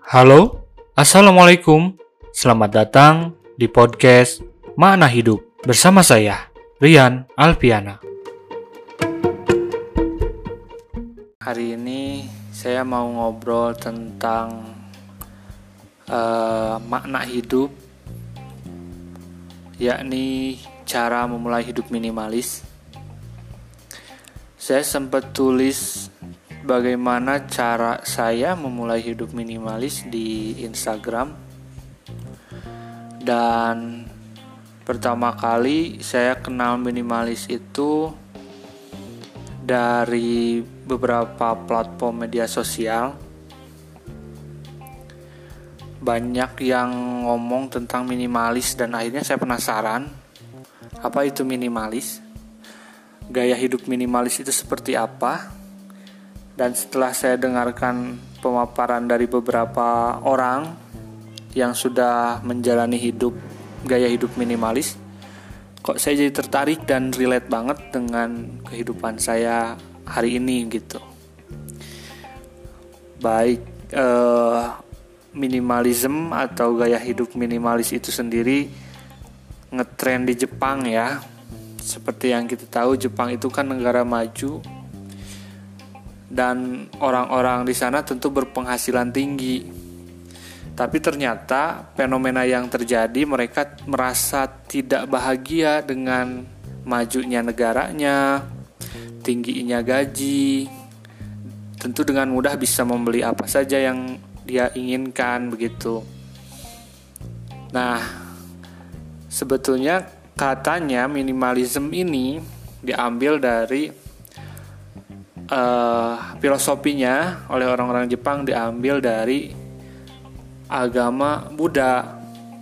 Halo, Assalamualaikum. Selamat datang di podcast Makna Hidup bersama saya, Rian Alpiana. Hari ini saya mau ngobrol tentang makna hidup, yakni cara memulai hidup minimalis. Saya sempat tulis bagaimana cara saya memulai hidup minimalis di Instagram. Dan pertama kali saya kenal minimalis itu dari beberapa platform media sosial. Banyak yang ngomong tentang minimalis dan akhirnya saya penasaran, apa itu minimalis? Gaya hidup minimalis itu seperti apa? Dan setelah saya dengarkan pemaparan dari beberapa orang yang sudah menjalani gaya hidup minimalis, kok saya jadi tertarik dan relate banget dengan kehidupan saya hari ini gitu. Baik minimalism atau gaya hidup minimalis itu sendiri ngetren di Jepang ya. Seperti yang kita tahu, Jepang itu kan negara maju dan orang-orang di sana tentu berpenghasilan tinggi. Tapi ternyata fenomena yang terjadi, mereka merasa tidak bahagia dengan majunya negaranya, tingginya gaji. Tentu dengan mudah bisa membeli apa saja yang dia inginkan begitu. Nah, sebetulnya katanya minimalism ini diambil dari filosofinya oleh orang-orang Jepang, diambil dari agama Buddha.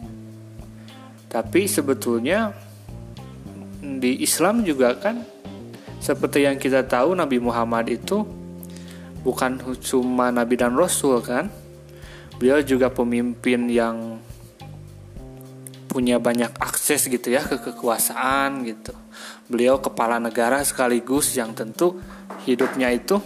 Tapi sebetulnya di Islam juga kan, seperti yang kita tahu, Nabi Muhammad itu bukan cuma Nabi dan Rasul kan. Beliau juga pemimpin yang punya banyak akses gitu ya ke kekuasaan gitu. Beliau kepala negara sekaligus yang tentu hidupnya itu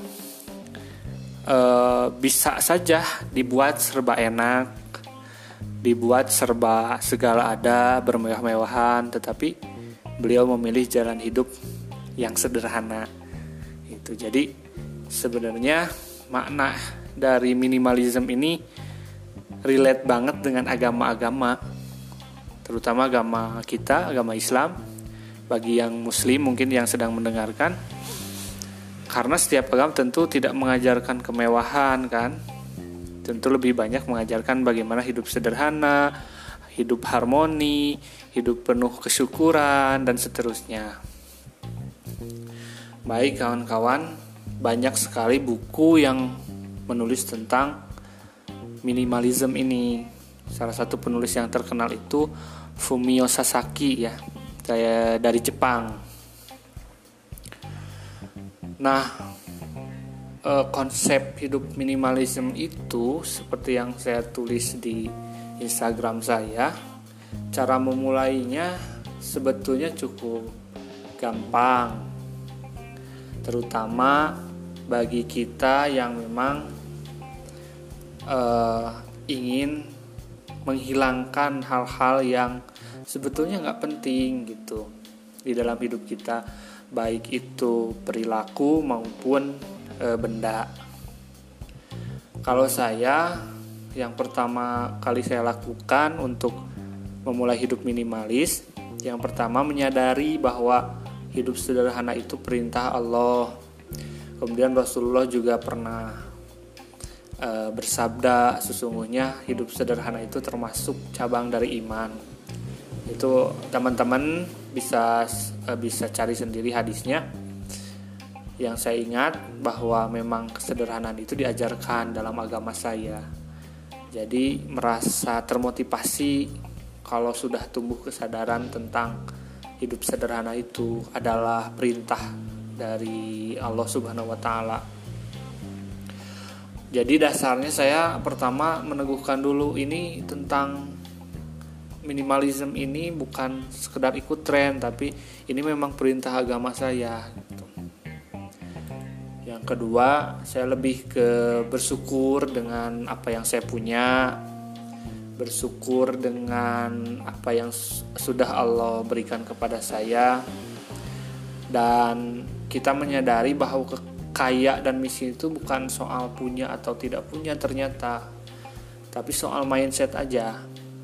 bisa saja dibuat serba enak, dibuat serba segala ada, bermewah-mewahan, tetapi beliau memilih jalan hidup yang sederhana. Itu jadi sebenarnya makna dari minimalism ini relate banget dengan agama-agama, terutama agama kita, agama Islam. Bagi yang muslim mungkin yang sedang mendengarkan, karena setiap agama tentu tidak mengajarkan kemewahan kan, tentu lebih banyak mengajarkan bagaimana hidup sederhana, hidup harmoni, hidup penuh kesyukuran, dan seterusnya. Baik kawan-kawan, banyak sekali buku yang menulis tentang minimalism ini. Salah satu penulis yang terkenal itu Fumio Sasaki ya, saya dari Jepang. Nah, konsep hidup minimalism itu seperti yang saya tulis di Instagram saya, cara memulainya sebetulnya cukup gampang, terutama bagi kita yang memang ingin menghilangkan hal-hal yang sebetulnya nggak penting gitu di dalam hidup kita, baik itu perilaku maupun benda. Kalau saya, yang pertama kali saya lakukan untuk memulai hidup minimalis, yang pertama menyadari bahwa hidup sederhana itu perintah Allah. Kemudian Rasulullah juga pernah bersabda, sesungguhnya hidup sederhana itu termasuk cabang dari iman. Itu teman-teman bisa cari sendiri hadisnya. Yang saya ingat bahwa memang kesederhanaan itu diajarkan dalam agama saya. Jadi merasa termotivasi kalau sudah tumbuh kesadaran tentang hidup sederhana itu adalah perintah dari Allah Subhanahu wa taala. Jadi dasarnya saya pertama meneguhkan dulu ini tentang minimalism ini bukan sekedar ikut tren, tapi ini memang perintah agama saya gitu. Yang kedua, saya lebih ke bersyukur dengan apa yang saya punya, bersyukur dengan apa yang sudah Allah berikan kepada saya, dan kita menyadari bahwa kaya dan miskin itu bukan soal punya atau tidak punya ternyata, tapi soal mindset aja.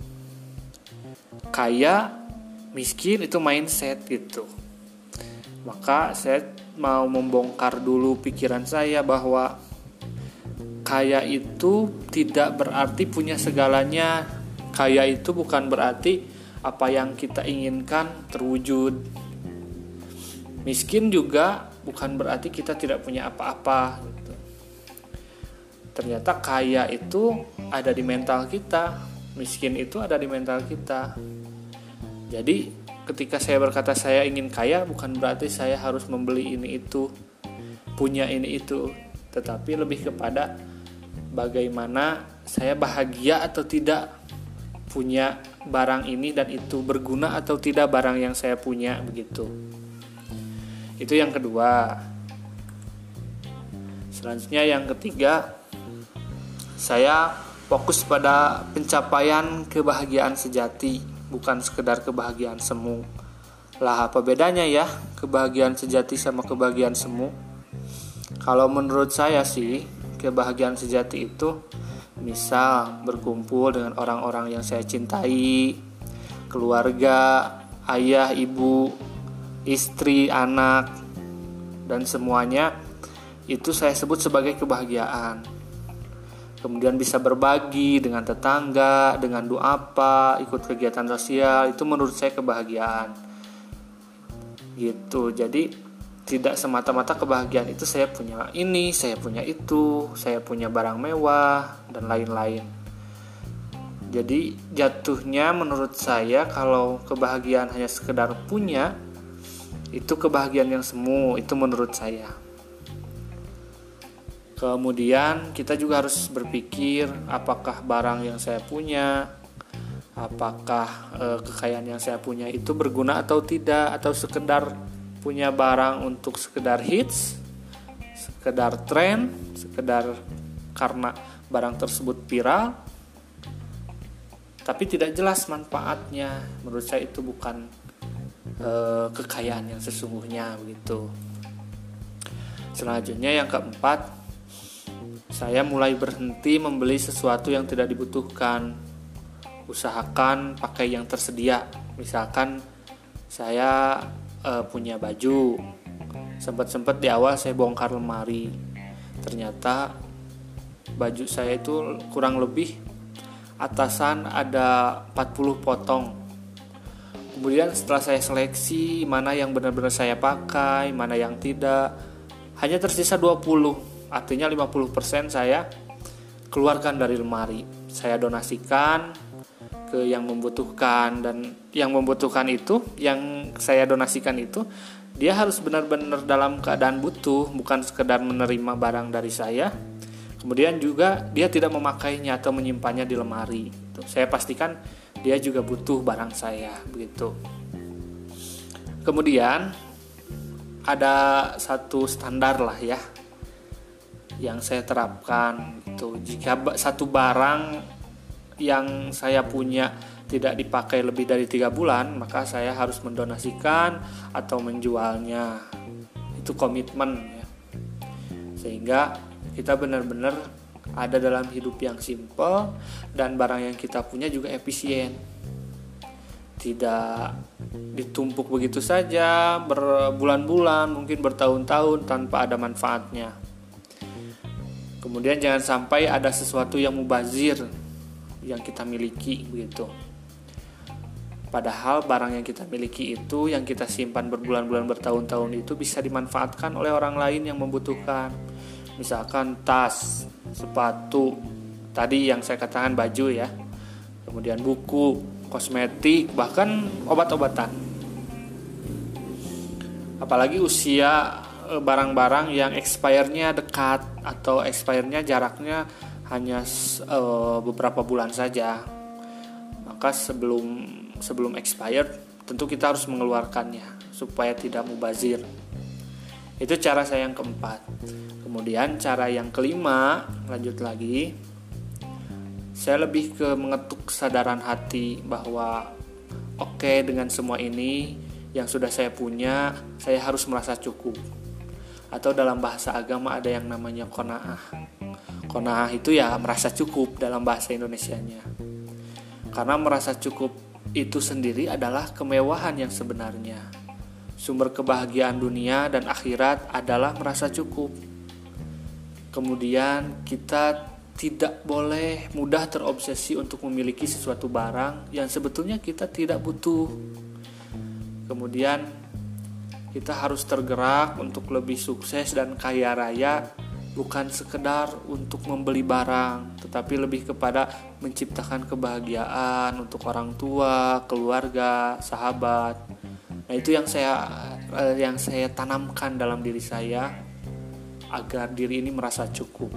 Kaya, miskin itu mindset gitu. Maka saya mau membongkar dulu pikiran saya bahwa kaya itu tidak berarti punya segalanya. Kaya itu bukan berarti apa yang kita inginkan terwujud. Miskin juga bukan berarti kita tidak punya apa-apa gitu. Ternyata kaya itu ada di mental kita, miskin itu ada di mental kita. Jadi ketika saya berkata saya ingin kaya, bukan berarti saya harus membeli ini itu, punya ini itu, tetapi lebih kepada bagaimana saya bahagia atau tidak punya barang ini dan itu, berguna atau tidak barang yang saya punya, begitu. Itu yang kedua. Selanjutnya yang ketiga, saya fokus pada pencapaian kebahagiaan sejati, bukan sekedar kebahagiaan semu. Lah, apa bedanya ya kebahagiaan sejati sama kebahagiaan semu? Kalau menurut saya sih, kebahagiaan sejati itu misal berkumpul dengan orang-orang yang saya cintai, keluarga, ayah, ibu, istri, anak, dan semuanya itu saya sebut sebagai kebahagiaan. Kemudian bisa berbagi dengan tetangga, dengan doa apa, ikut kegiatan sosial, itu menurut saya kebahagiaan. Gitu. Jadi tidak semata-mata kebahagiaan itu saya punya ini, saya punya itu, saya punya barang mewah dan lain-lain. Jadi jatuhnya menurut saya kalau kebahagiaan hanya sekedar punya, itu kebahagiaan yang semu, itu menurut saya. Kemudian kita juga harus berpikir apakah barang yang saya punya, apakah kekayaan yang saya punya itu berguna atau tidak, atau sekedar punya barang untuk sekedar hits, sekedar tren, sekedar karena barang tersebut viral, tapi tidak jelas manfaatnya. Menurut saya itu bukan kekayaan yang sesungguhnya, begitu. Selanjutnya yang keempat, saya mulai berhenti membeli sesuatu yang tidak dibutuhkan. Usahakan pakai yang tersedia. Misalkan saya punya baju, sempat di awal saya bongkar lemari. Ternyata baju saya itu kurang lebih atasan ada 40 potong. Kemudian setelah saya seleksi mana yang benar-benar saya pakai, mana yang tidak, hanya tersisa 20. Artinya 50% saya keluarkan dari lemari. Saya donasikan ke yang membutuhkan, dan yang membutuhkan itu, yang saya donasikan itu, dia harus benar-benar dalam keadaan butuh, bukan sekedar menerima barang dari saya. Kemudian juga dia tidak memakainya atau menyimpannya di lemari. Saya pastikan dia juga butuh barang saya, begitu. Kemudian ada satu standar lah ya yang saya terapkan itu. Jika satu barang yang saya punya tidak dipakai lebih dari 3 bulan, maka saya harus mendonasikan atau menjualnya. Itu komitmen ya. Sehingga kita benar-benar ada dalam hidup yang simple dan barang yang kita punya juga efisien. Tidak ditumpuk begitu saja berbulan-bulan, mungkin bertahun-tahun tanpa ada manfaatnya. Kemudian jangan sampai ada sesuatu yang mubazir yang kita miliki, begitu. Padahal barang yang kita miliki itu, yang kita simpan berbulan-bulan, bertahun-tahun itu bisa dimanfaatkan oleh orang lain yang membutuhkan. Misalkan tas, sepatu, tadi yang saya katakan baju ya. Kemudian buku, kosmetik, bahkan obat-obatan. Apalagi usia barang-barang yang expire-nya dekat atau expire-nya jaraknya hanya beberapa bulan saja, maka sebelum expired tentu kita harus mengeluarkannya supaya tidak mubazir. Itu cara saya yang keempat. Kemudian cara yang kelima, lanjut lagi, saya lebih ke mengetuk kesadaran hati bahwa oke, dengan semua ini yang sudah saya punya, saya harus merasa cukup. Atau dalam bahasa agama ada yang namanya qanaah. Qanaah itu ya merasa cukup dalam bahasa Indonesianya. Karena merasa cukup itu sendiri adalah kemewahan yang sebenarnya. Sumber kebahagiaan dunia dan akhirat adalah merasa cukup. Kemudian kita tidak boleh mudah terobsesi untuk memiliki sesuatu barang yang sebetulnya kita tidak butuh. Kemudian kita harus tergerak untuk lebih sukses dan kaya raya, bukan sekedar untuk membeli barang, tetapi lebih kepada menciptakan kebahagiaan untuk orang tua, keluarga, sahabat. Nah, itu yang saya tanamkan dalam diri saya agar diri ini merasa cukup.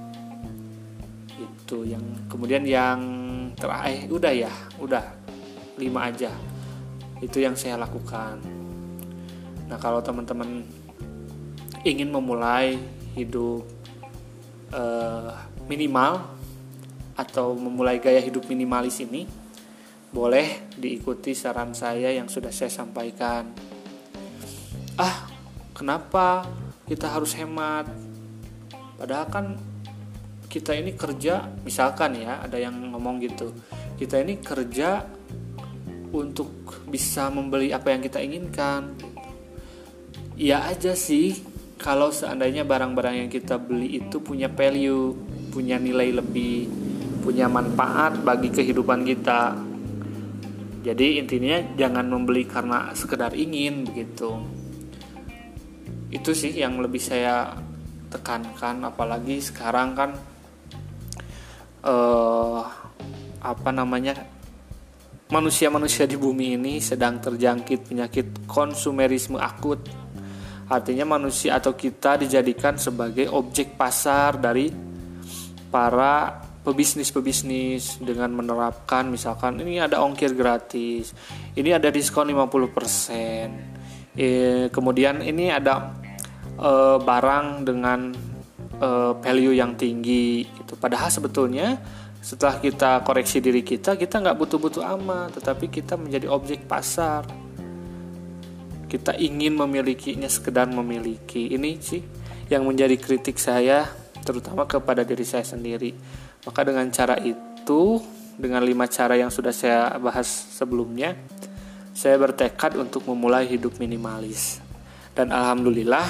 Itu yang kemudian yang terakhir udah 5 aja. Itu yang saya lakukan. Nah, kalau teman-teman ingin memulai hidup minimal atau memulai gaya hidup minimalis ini, boleh diikuti saran saya yang sudah saya sampaikan. Kenapa kita harus hemat? Padahal kan kita ini kerja, misalkan ya, ada yang ngomong gitu, kita ini kerja untuk bisa membeli apa yang kita inginkan. Iya aja sih, kalau seandainya barang-barang yang kita beli itu punya value, punya nilai lebih, punya manfaat bagi kehidupan kita. Jadi intinya jangan membeli karena sekedar ingin begitu. Itu sih yang lebih saya tekankan, apalagi sekarang kan manusia-manusia di bumi ini sedang terjangkit penyakit konsumerisme akut. Artinya manusia atau kita dijadikan sebagai objek pasar dari para pebisnis dengan menerapkan misalkan ini ada ongkir gratis, ini ada diskon 50%, kemudian ini ada barang dengan value yang tinggi gitu. Padahal sebetulnya setelah kita koreksi diri kita nggak butuh-butuh amat, tetapi kita menjadi objek pasar. Kita ingin memilikinya sekedar memiliki. Ini sih yang menjadi kritik saya, terutama kepada diri saya sendiri. Maka dengan cara itu, dengan 5 cara yang sudah saya bahas sebelumnya, saya bertekad untuk memulai hidup minimalis. Dan alhamdulillah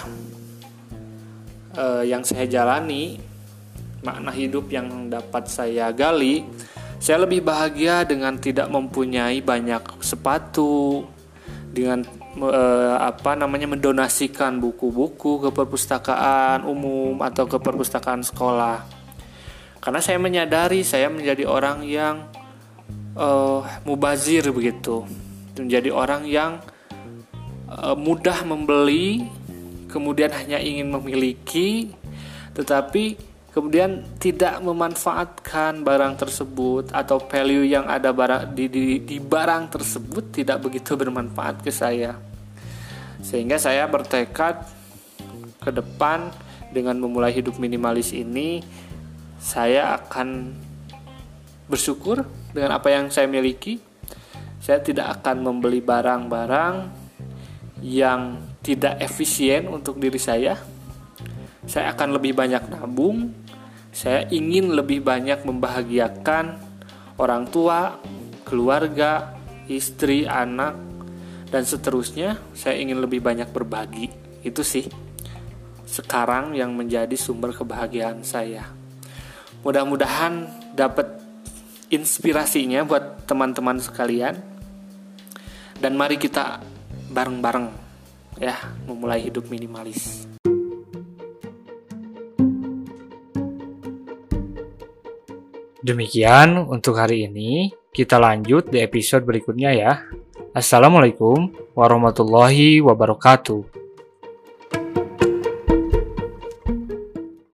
yang saya jalani, makna hidup yang dapat saya gali, saya lebih bahagia dengan tidak mempunyai banyak sepatu, dengan mendonasikan buku-buku ke perpustakaan umum atau ke perpustakaan sekolah. Karena saya menyadari saya menjadi orang yang mubazir begitu, menjadi orang yang mudah membeli, kemudian hanya ingin memiliki, tetapi kemudian tidak memanfaatkan barang tersebut atau value yang ada di barang tersebut tidak begitu bermanfaat ke saya. Sehingga saya bertekad ke depan dengan memulai hidup minimalis ini, saya akan bersyukur dengan apa yang saya miliki. Saya tidak akan membeli barang-barang yang tidak efisien untuk diri saya. Saya akan lebih banyak nabung. Saya ingin lebih banyak membahagiakan orang tua, keluarga, istri, anak, dan seterusnya. Saya ingin lebih banyak berbagi. Itu sih sekarang yang menjadi sumber kebahagiaan saya. Mudah-mudahan dapat inspirasinya buat teman-teman sekalian. Dan mari kita bareng-bareng ya memulai hidup minimalis. Demikian untuk hari ini. Kita lanjut di episode berikutnya ya. Assalamualaikum warahmatullahi wabarakatuh.